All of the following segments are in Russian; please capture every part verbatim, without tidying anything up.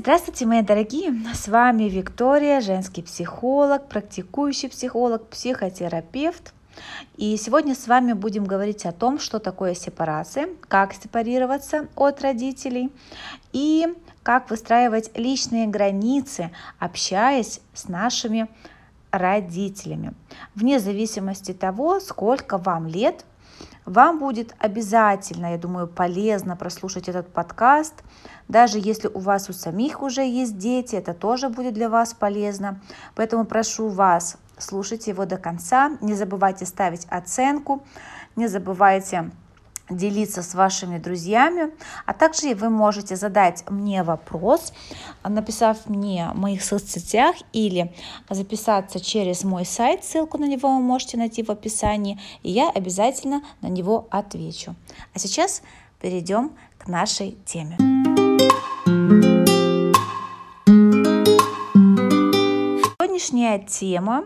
Здравствуйте, мои дорогие! С вами Виктория, женский психолог, практикующий психолог, психотерапевт. И сегодня с вами будем говорить о том, что такое сепарация, как сепарироваться от родителей и как выстраивать личные границы, общаясь с нашими родителями. Вне зависимости от того, сколько вам лет, вам будет обязательно, я думаю, полезно прослушать этот подкаст. Даже если у вас у самих уже есть дети, это тоже будет для вас полезно. Поэтому прошу вас, слушайте его до конца. Не забывайте ставить оценку, не забывайте делиться с вашими друзьями. А также вы можете задать мне вопрос, написав мне в моих соцсетях или записаться через мой сайт. Ссылку на него вы можете найти в описании, и я обязательно на него отвечу. А сейчас перейдем к нашей теме. Сегодняшняя тема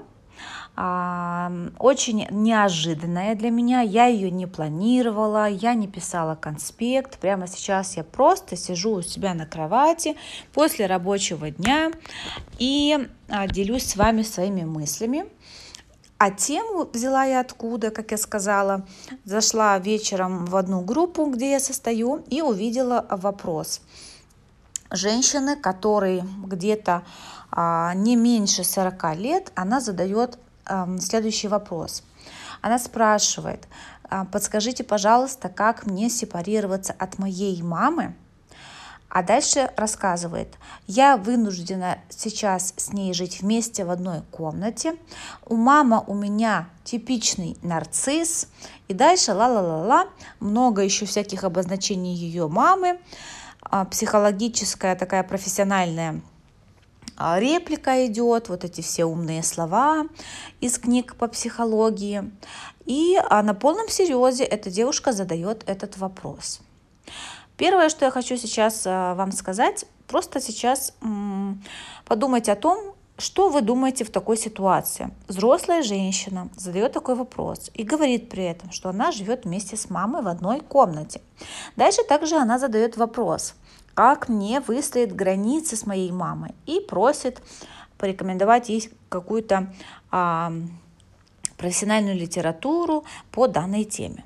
очень неожиданная для меня, я ее не планировала, я не писала конспект, прямо сейчас я просто сижу у себя на кровати после рабочего дня и делюсь с вами своими мыслями. А тему взяла я откуда, как я сказала, зашла вечером в одну группу, где я состою, и увидела вопрос. Женщины, которой где-то а, не меньше сорока лет, она задает следующий вопрос. Она спрашивает: подскажите, пожалуйста, как мне сепарироваться от моей мамы? А дальше рассказывает: я вынуждена сейчас с ней жить вместе в одной комнате. У мамы у меня типичный нарцисс. И дальше ла-ла-ла-ла. Много еще всяких обозначений ее мамы. Психологическая такая профессиональная реплика идет, вот эти все умные слова из книг по психологии. И на полном серьезе эта девушка задает этот вопрос. Первое, что я хочу сейчас вам сказать, просто сейчас подумайте о том, что вы думаете в такой ситуации. Взрослая женщина задает такой вопрос и говорит при этом, что она живет вместе с мамой в одной комнате. Дальше также она задает вопрос: как мне выстроить границы с моей мамой, и просит порекомендовать ей какую-то а, профессиональную литературу по данной теме.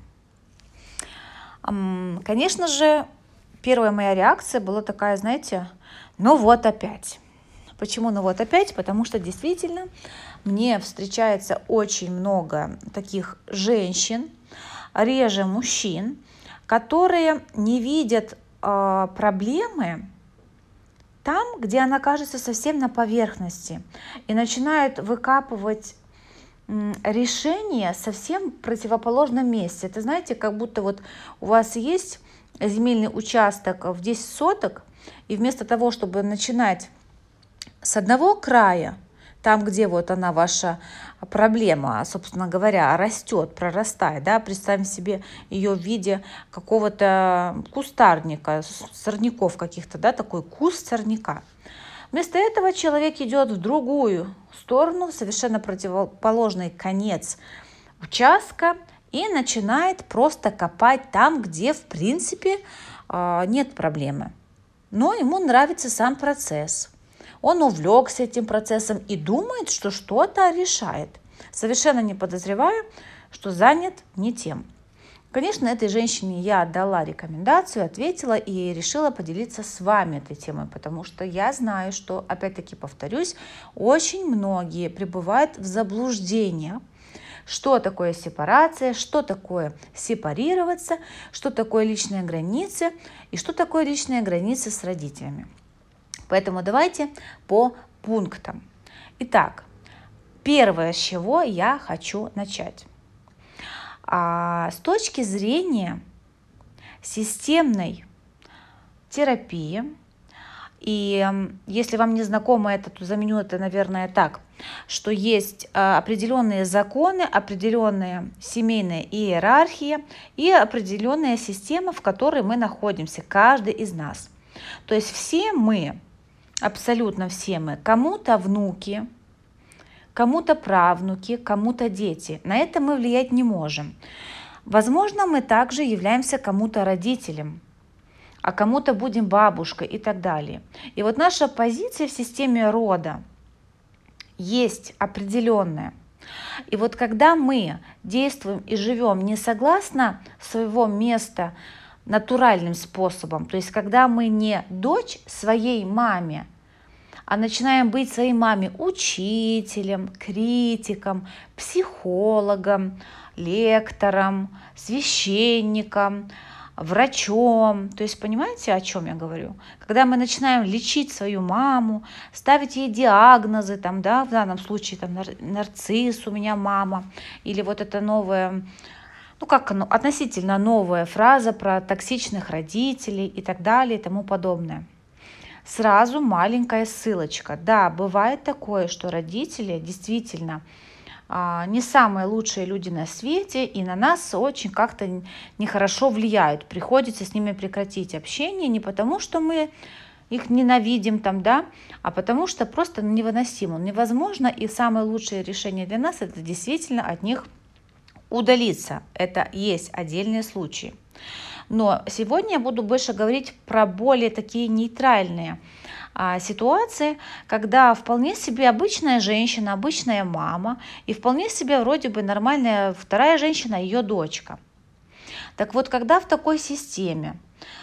Ам, конечно же, первая моя реакция была такая, знаете, ну вот опять. Почему ну вот опять? Потому что действительно мне встречается очень много таких женщин, реже мужчин, которые не видят проблемы там, где она кажется совсем на поверхности, и начинают выкапывать решение совсем в противоположном месте. Это, знаете, как будто вот у вас есть земельный участок в десять соток, и вместо того, чтобы начинать с одного края, там, где вот она, ваша проблема, собственно говоря, растет, прорастает, да, представим себе ее в виде какого-то кустарника, сорняков каких-то, да, такой куст сорняка. Вместо этого человек идет в другую сторону, совершенно противоположный конец участка, и начинает просто копать там, где, в принципе, нет проблемы. Но ему нравится сам процесс. Он увлекся этим процессом и думает, что что-то решает, совершенно не подозревая, что занят не тем. Конечно, этой женщине я дала рекомендацию, ответила и решила поделиться с вами этой темой, потому что я знаю, что, опять-таки повторюсь, очень многие пребывают в заблуждении. Что такое сепарация, что такое сепарироваться, что такое личные границы и что такое личные границы с родителями. Поэтому давайте по пунктам. Итак, первое, с чего я хочу начать. А, с точки зрения системной терапии, и если вам не знакомо это, то заменю это, наверное, так, что есть определенные законы, определенная семейная иерархия и определенная система, в которой мы находимся, каждый из нас. То есть все мы, абсолютно все мы, кому-то внуки, кому-то правнуки, кому-то дети. На это мы влиять не можем. Возможно, мы также являемся кому-то родителем. а кому-то будем бабушкой и так далее. И вот наша позиция в системе рода есть определенная. И вот когда мы действуем и живем не согласно своего места натуральным способом, то есть когда мы не дочь своей маме, а начинаем быть своей маме учителем, критиком, психологом, лектором, священником, врачом. То есть понимаете, о чем я говорю? Когда мы начинаем лечить свою маму, ставить ей диагнозы, там, да, в данном случае там, нарцисс у меня мама, или вот это новое, ну как оно, относительно новая фраза про токсичных родителей и так далее и тому подобное. Сразу маленькая ссылочка. Да, бывает такое, что родители действительно не самые лучшие люди на свете, и на нас очень как-то нехорошо влияют. Приходится с ними прекратить общение не потому, что мы их ненавидим, там, да, а потому что просто невыносимо, невозможно. И самое лучшее решение для нас — это действительно от них удалиться. Это есть отдельные случаи. Но сегодня я буду больше говорить про более такие нейтральные а, ситуации, когда вполне себе обычная женщина, обычная мама и вполне себе вроде бы нормальная вторая женщина, ее дочка. Так вот, когда в такой системе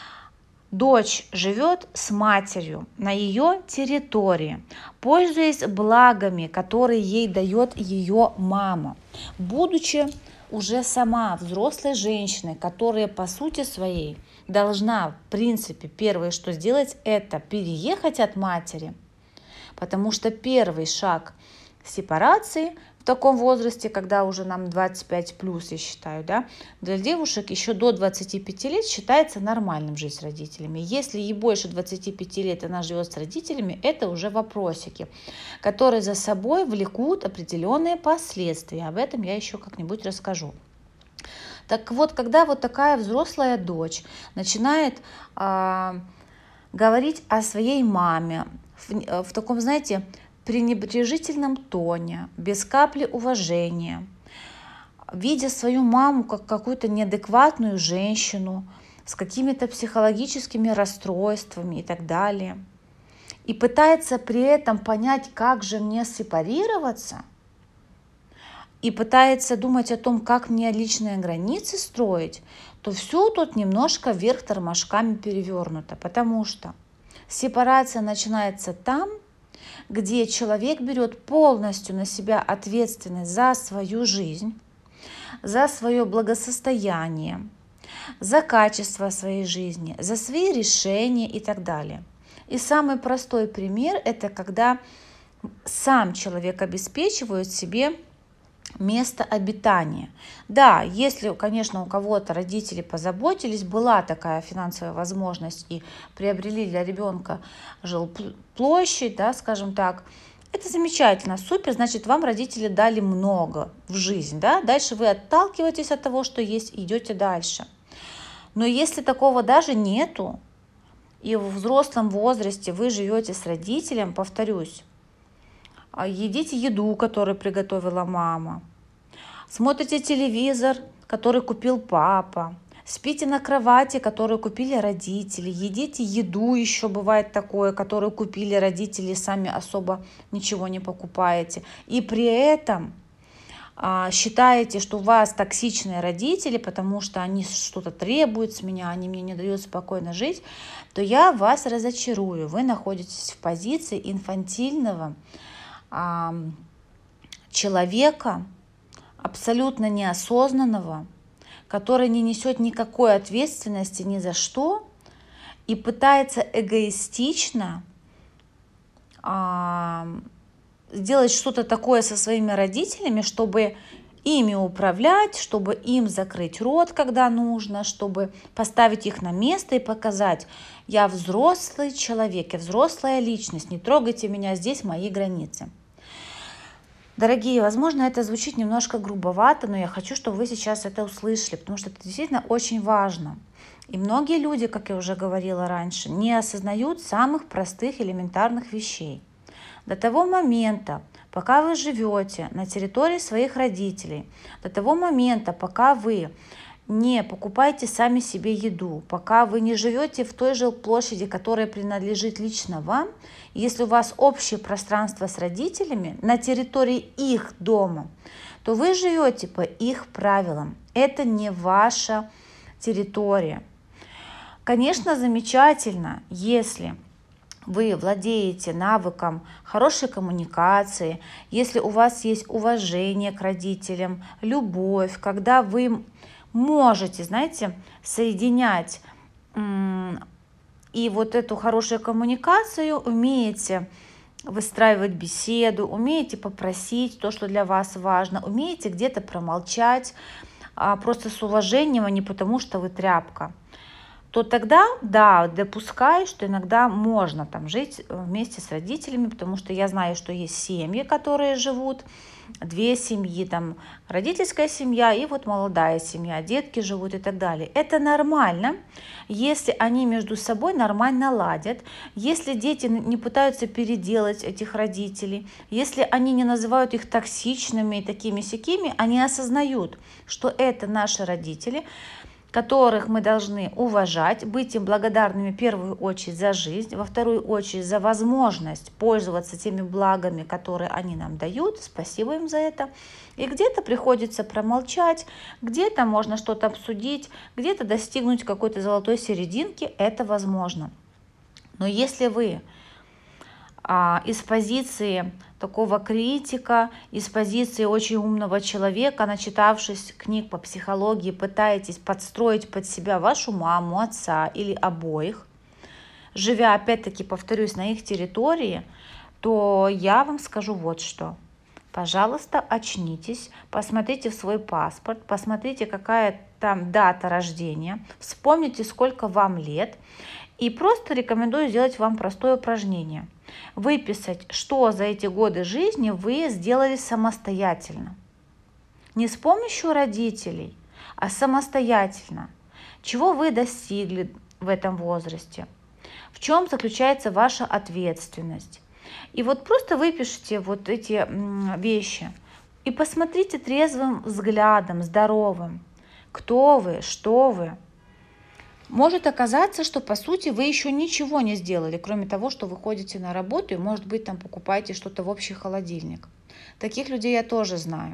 дочь живет с матерью на ее территории, пользуясь благами, которые ей дает ее мама, будучи уже сама взрослой женщиной, которая по сути своей должна, в принципе, первое, что сделать, это переехать от матери, потому что первый шаг сепарации в таком возрасте, когда уже нам двадцать пять плюс, я считаю, да, для девушек еще до двадцати пяти лет считается нормальным жить с родителями. Если ей больше двадцати пяти лет она живет с родителями, это уже вопросики, которые за собой влекут определенные последствия. Об этом я еще как-нибудь расскажу. Так вот, когда вот такая взрослая дочь начинает э, говорить о своей маме в, в таком, знаете, пренебрежительном тоне, без капли уважения, видя свою маму как какую-то неадекватную женщину с какими-то психологическими расстройствами и так далее, и пытается при этом понять, как же мне сепарироваться, и пытается думать о том, как мне личные границы строить, то все тут немножко вверх тормошками перевернуто, потому что сепарация начинается там, где человек берет полностью на себя ответственность за свою жизнь, за свое благосостояние, за качество своей жизни, за свои решения и так далее. И самый простой пример — это когда сам человек обеспечивает себе место обитания. Да, если, конечно, у кого-то родители позаботились, была такая финансовая возможность и приобрели для ребенка жилплощадь, да, скажем так, это замечательно, супер, значит, вам родители дали много в жизнь, да, дальше вы отталкиваетесь от того, что есть, и идете дальше. Но если такого даже нету, и в взрослом возрасте вы живете с родителем, повторюсь, едите еду, которую приготовила мама, смотрите телевизор, который купил папа, спите на кровати, которую купили родители, едите еду, еще бывает такое, которую купили родители, сами особо ничего не покупаете. И при этом а, считаете, что у вас токсичные родители, потому что они что-то требуют с меня, они мне не дают спокойно жить, то я вас разочарую. Вы находитесь в позиции инфантильного человека, абсолютно неосознанного, который не несет никакой ответственности ни за что и пытается эгоистично а, сделать что-то такое со своими родителями, чтобы ими управлять, чтобы им закрыть рот, когда нужно, чтобы поставить их на место и показать: я взрослый человек, я взрослая личность, не трогайте меня, здесь мои границы. Дорогие, возможно, это звучит немножко грубовато, но я хочу, чтобы вы сейчас это услышали, потому что это действительно очень важно. И многие люди, как я уже говорила раньше, не осознают самых простых элементарных вещей. До того момента, пока вы живете на территории своих родителей, до того момента, пока вы не покупайте сами себе еду, пока вы не живете в той же площади, которая принадлежит лично вам. Если у вас общее пространство с родителями на территории их дома, то вы живете по их правилам. Это не ваша территория. Конечно, замечательно, если вы владеете навыком хорошей коммуникации, если у вас есть уважение к родителям, любовь, когда вы можете, знаете, соединять и вот эту хорошую коммуникацию, умеете выстраивать беседу, умеете попросить то, что для вас важно, умеете где-то промолчать, просто с уважением, а не потому, что вы тряпка, то тогда, да, допускаю, что иногда можно там жить вместе с родителями, потому что я знаю, что есть семьи, которые живут, две семьи, там родительская семья и вот молодая семья, детки живут и так далее. Это нормально, если они между собой нормально ладят, если дети не пытаются переделать этих родителей, если они не называют их токсичными и такими-сякими, они осознают, что это наши родители, которых мы должны уважать, быть им благодарными в первую очередь за жизнь, во вторую очередь за возможность пользоваться теми благами, которые они нам дают. Спасибо им за это. И где-то приходится промолчать, где-то можно что-то обсудить, где-то достигнуть какой-то золотой серединки. Это возможно. Но если вы а, из позиции такого критика, из позиции очень умного человека, начитавшись книг по психологии, пытаетесь подстроить под себя вашу маму, отца или обоих, живя, опять-таки, повторюсь, на их территории, то я вам скажу вот что. Пожалуйста, очнитесь, посмотрите в свой паспорт, посмотрите, какая там дата рождения, вспомните, сколько вам лет, и просто рекомендую сделать вам простое упражнение. Выписать, что за эти годы жизни вы сделали самостоятельно. Не с помощью родителей, а самостоятельно. Чего вы достигли в этом возрасте? В чем заключается ваша ответственность? И вот просто выпишите вот эти вещи и посмотрите трезвым взглядом, здоровым, кто вы, что вы. Может оказаться, что по сути вы еще ничего не сделали, кроме того, что вы ходите на работу и, может быть, там покупаете что-то в общий холодильник. Таких людей я тоже знаю.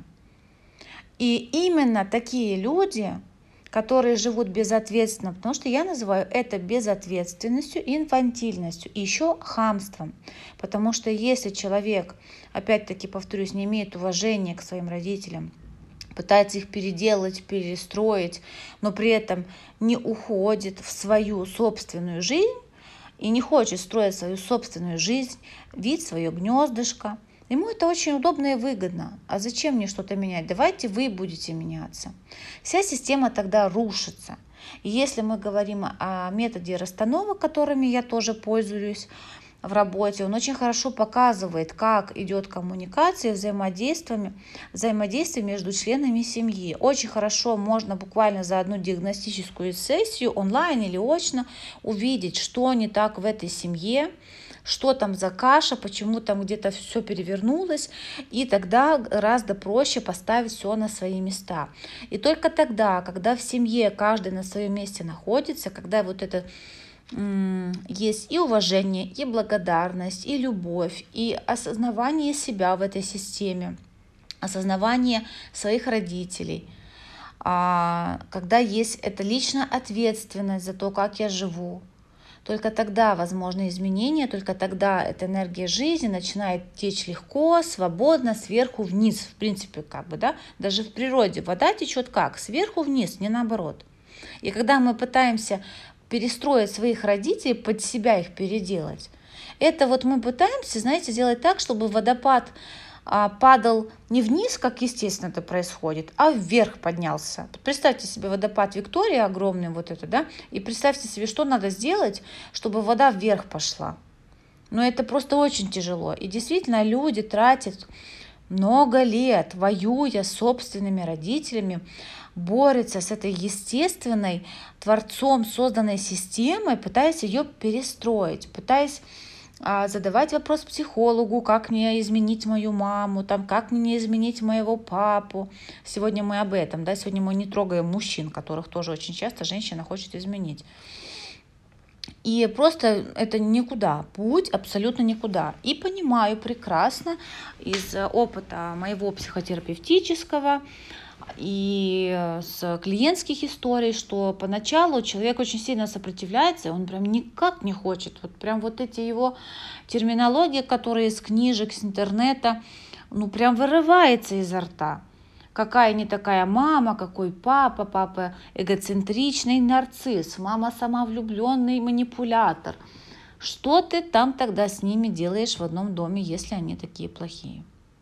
И именно такие люди, которые живут безответственно, потому что я называю это безответственностью, инфантильностью и еще хамством. Потому что если человек, опять-таки повторюсь, не имеет уважения к своим родителям, пытается их переделать, перестроить, но при этом не уходит в свою собственную жизнь и не хочет строить свою собственную жизнь, видеть свое гнездышко. Ему это очень удобно и выгодно. А зачем мне что-то менять? Давайте вы будете меняться. Вся система тогда рушится. И если мы говорим о методе расстановок, которыми я тоже пользуюсь в работе, он очень хорошо показывает, как идет коммуникация, взаимодействие, взаимодействие между членами семьи. Очень хорошо можно буквально за одну диагностическую сессию онлайн или очно увидеть, что не так в этой семье, что там за каша, почему там где-то все перевернулось, и тогда гораздо проще поставить все на свои места. И только тогда, когда в семье каждый на своем месте находится, когда вот это есть и уважение, и благодарность, и любовь, и осознавание себя в этой системе, осознавание своих родителей, когда есть эта личная ответственность за то, как я живу. Только тогда возможны изменения, только тогда эта энергия жизни начинает течь легко, свободно, сверху вниз. В принципе, как бы, да, даже в природе вода течет как? Сверху вниз, не наоборот. И когда мы пытаемся перестроить своих родителей, под себя их переделать, это вот мы пытаемся, знаете, сделать так, чтобы водопад а, падал не вниз, как естественно это происходит, а вверх поднялся. Представьте себе водопад Виктория огромный вот это, да, и представьте себе, что надо сделать, чтобы вода вверх пошла. Но это просто очень тяжело. И действительно люди тратят много лет, воюя с собственными родителями, борется с этой естественной, Творцом созданной системой, пытаясь ее перестроить, пытаясь а, задавать вопрос психологу, как мне изменить мою маму, там, как мне изменить моего папу. Сегодня мы об этом, да, сегодня мы не трогаем мужчин, которых тоже очень часто женщина хочет изменить. И просто это никуда, путь абсолютно никуда. И понимаю прекрасно из опыта моего психотерапевтического и с клиентских историй, что поначалу человек очень сильно сопротивляется, он прям никак не хочет. Вот прям вот эти его терминологии, которые из книжек, с интернета, ну прям вырывается изо рта. Какая не такая мама, какой папа, папа эгоцентричный нарцисс, мама самовлюбленный манипулятор. Что ты там тогда с ними делаешь в одном доме, если они такие плохие?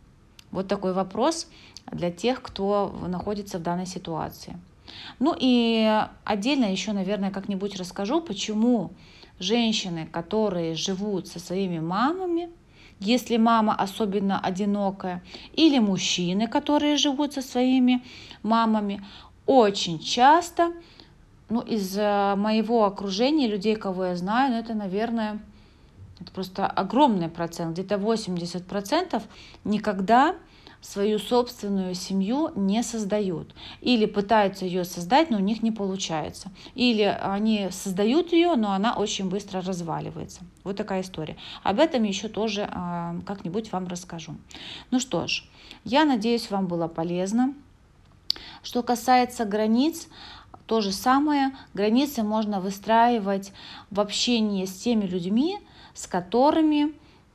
Вот такой вопрос для тех, кто находится в данной ситуации. Ну и отдельно еще, наверное, как-нибудь расскажу, почему женщины, которые живут со своими мамами, если мама особенно одинокая, или мужчины, которые живут со своими мамами, очень часто, ну, из моего окружения, людей, кого я знаю, ну, это, наверное, это просто огромный процент, где-то восемьдесят процентов никогда свою собственную семью не создают. Или пытаются ее создать, но у них не получается. Или они создают ее, но она очень быстро разваливается. Вот такая история. Об этом еще тоже э, как-нибудь вам расскажу. Ну что ж, я надеюсь, вам было полезно. Что касается границ, то же самое. Границы можно выстраивать в общении с теми людьми, с которыми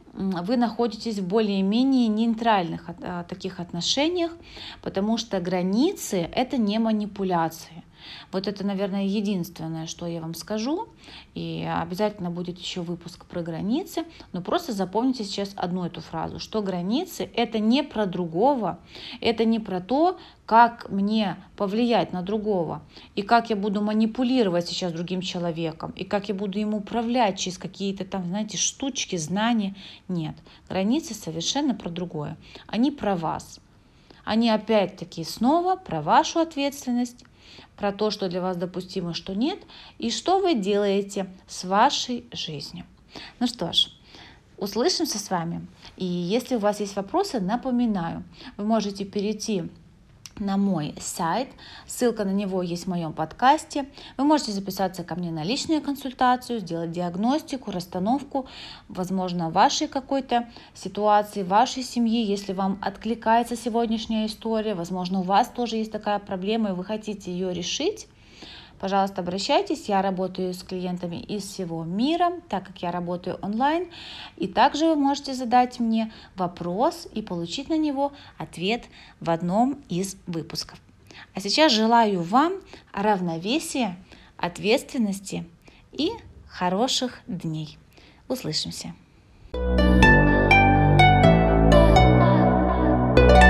вы находитесь в более-менее нейтральных таких отношениях, потому что границы – это не манипуляции. Вот это, наверное, единственное, что я вам скажу. И обязательно будет еще выпуск про границы. Но просто запомните сейчас одну эту фразу, что границы – это не про другого, это не про то, как мне повлиять на другого, и как я буду манипулировать сейчас другим человеком, и как я буду им управлять через какие-то там, знаете, штучки, знания. Нет, границы совершенно про другое. Они про вас. Они опять-таки снова про вашу ответственность, про то, что для вас допустимо, что нет, и что вы делаете с вашей жизнью. Ну что ж, услышимся с вами. И если у вас есть вопросы, напоминаю, вы можете перейти на мой сайт, ссылка на него есть в моем подкасте. Вы можете записаться ко мне на личную консультацию, сделать диагностику, расстановку, возможно, вашей какой-то ситуации, вашей семьи, если вам откликается сегодняшняя история, возможно, у вас тоже есть такая проблема, и вы хотите ее решить. Пожалуйста, обращайтесь. Я работаю с клиентами из всего мира, так как я работаю онлайн. И также вы можете задать мне вопрос и получить на него ответ в одном из выпусков. А сейчас желаю вам равновесия, ответственности и хороших дней. Услышимся.